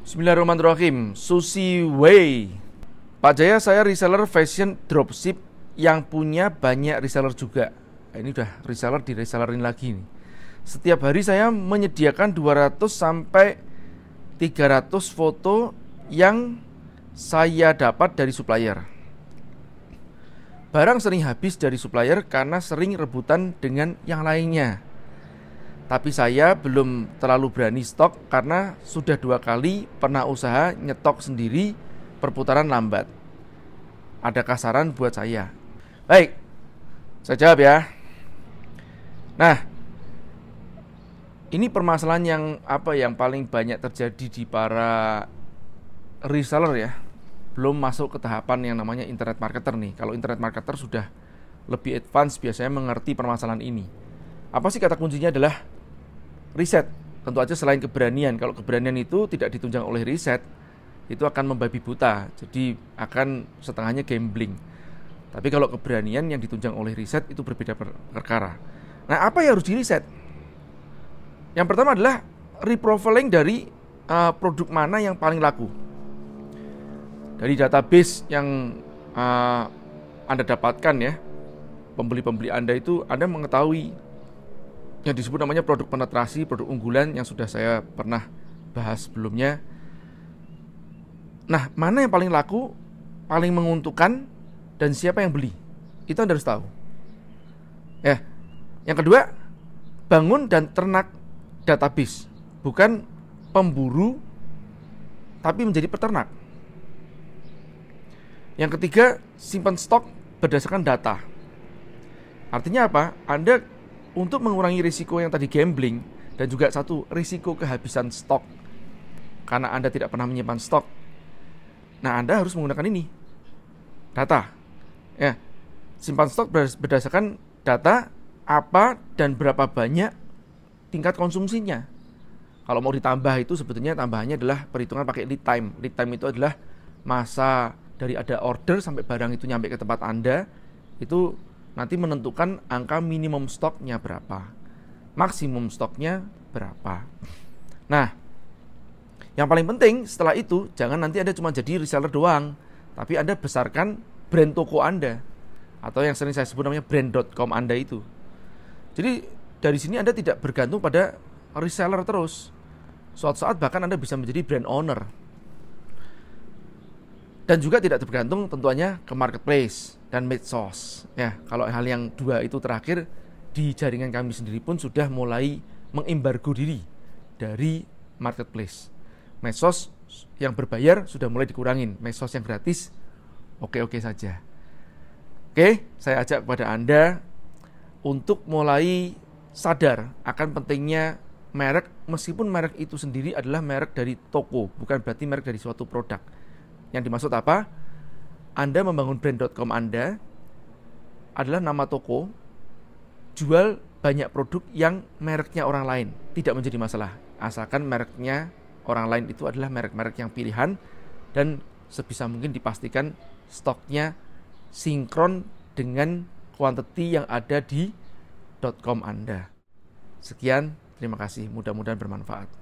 Bismillahirrahmanirrahim. Sushi Way. Pak Jaya, saya reseller fashion dropship yang punya banyak reseller juga. Ini udah reseller di resellerin lagi nih. Setiap hari saya menyediakan 200 sampai 300 foto yang saya dapat dari supplier. Barang sering habis dari supplier karena sering rebutan dengan yang lainnya. Tapi saya belum terlalu berani stok karena sudah 2 kali pernah usaha nyetok sendiri, perputaran lambat. Adakah saran buat saya? Baik, saya jawab ya. Nah, ini permasalahan yang paling banyak terjadi di para reseller ya. Belum masuk ke tahapan yang namanya internet marketer nih. Kalau internet marketer sudah lebih advance, biasanya mengerti permasalahan ini. Apa sih kata kuncinya adalah riset. Tentu aja selain keberanian. Kalau keberanian itu tidak ditunjang oleh riset, itu akan membabi buta. Jadi akan setengahnya gambling. Tapi kalau keberanian yang ditunjang oleh riset itu berbeda perkara. Nah, apa yang harus diriset? Yang pertama adalah reprofiling dari produk mana yang paling laku. Dari database yang Anda dapatkan ya, pembeli-pembeli Anda itu, Anda mengetahui yang disebut namanya produk penetrasi, produk unggulan yang sudah saya pernah bahas sebelumnya. Nah, mana yang paling laku, paling menguntungkan, dan siapa yang beli? Itu Anda harus tahu. Ya. Yang kedua, bangun dan ternak database. Bukan pemburu, tapi menjadi peternak. Yang ketiga, simpan stok berdasarkan data. Artinya apa? Anda untuk mengurangi risiko yang tadi gambling dan juga satu risiko kehabisan stok karena Anda tidak pernah menyimpan stok. Nah, Anda harus menggunakan ini, data. Ya, simpan stok berdasarkan data apa dan berapa banyak tingkat konsumsinya. Kalau mau ditambah itu sebetulnya tambahannya adalah perhitungan pakai lead time. Lead time itu adalah masa dari ada order sampai barang itu nyampe ke tempat Anda, itu nanti menentukan angka minimum stoknya berapa, maksimum stoknya berapa. Nah, yang paling penting setelah itu, jangan nanti Anda cuma jadi reseller doang, tapi Anda besarkan brand toko Anda, atau yang sering saya sebut namanya brand.com Anda itu. Jadi dari sini Anda tidak bergantung pada reseller terus. Suatu saat bahkan Anda bisa menjadi brand owner. Dan juga tidak tergantung tentunya ke marketplace dan medsos. Ya, kalau hal yang dua itu terakhir, di jaringan kami sendiri pun sudah mulai mengembargo diri dari marketplace. Medsos yang berbayar sudah mulai dikurangin, medsos yang gratis oke-oke saja. Oke, saya ajak kepada Anda untuk mulai sadar akan pentingnya merek, meskipun merek itu sendiri adalah merek dari toko, bukan berarti merek dari suatu produk. Yang dimaksud apa? Anda membangun brand.com Anda adalah nama toko, jual banyak produk yang mereknya orang lain, tidak menjadi masalah, asalkan mereknya orang lain itu adalah merek-merek yang pilihan dan sebisa mungkin dipastikan stoknya sinkron dengan quantity yang ada di .com Anda. Sekian, terima kasih, mudah-mudahan bermanfaat.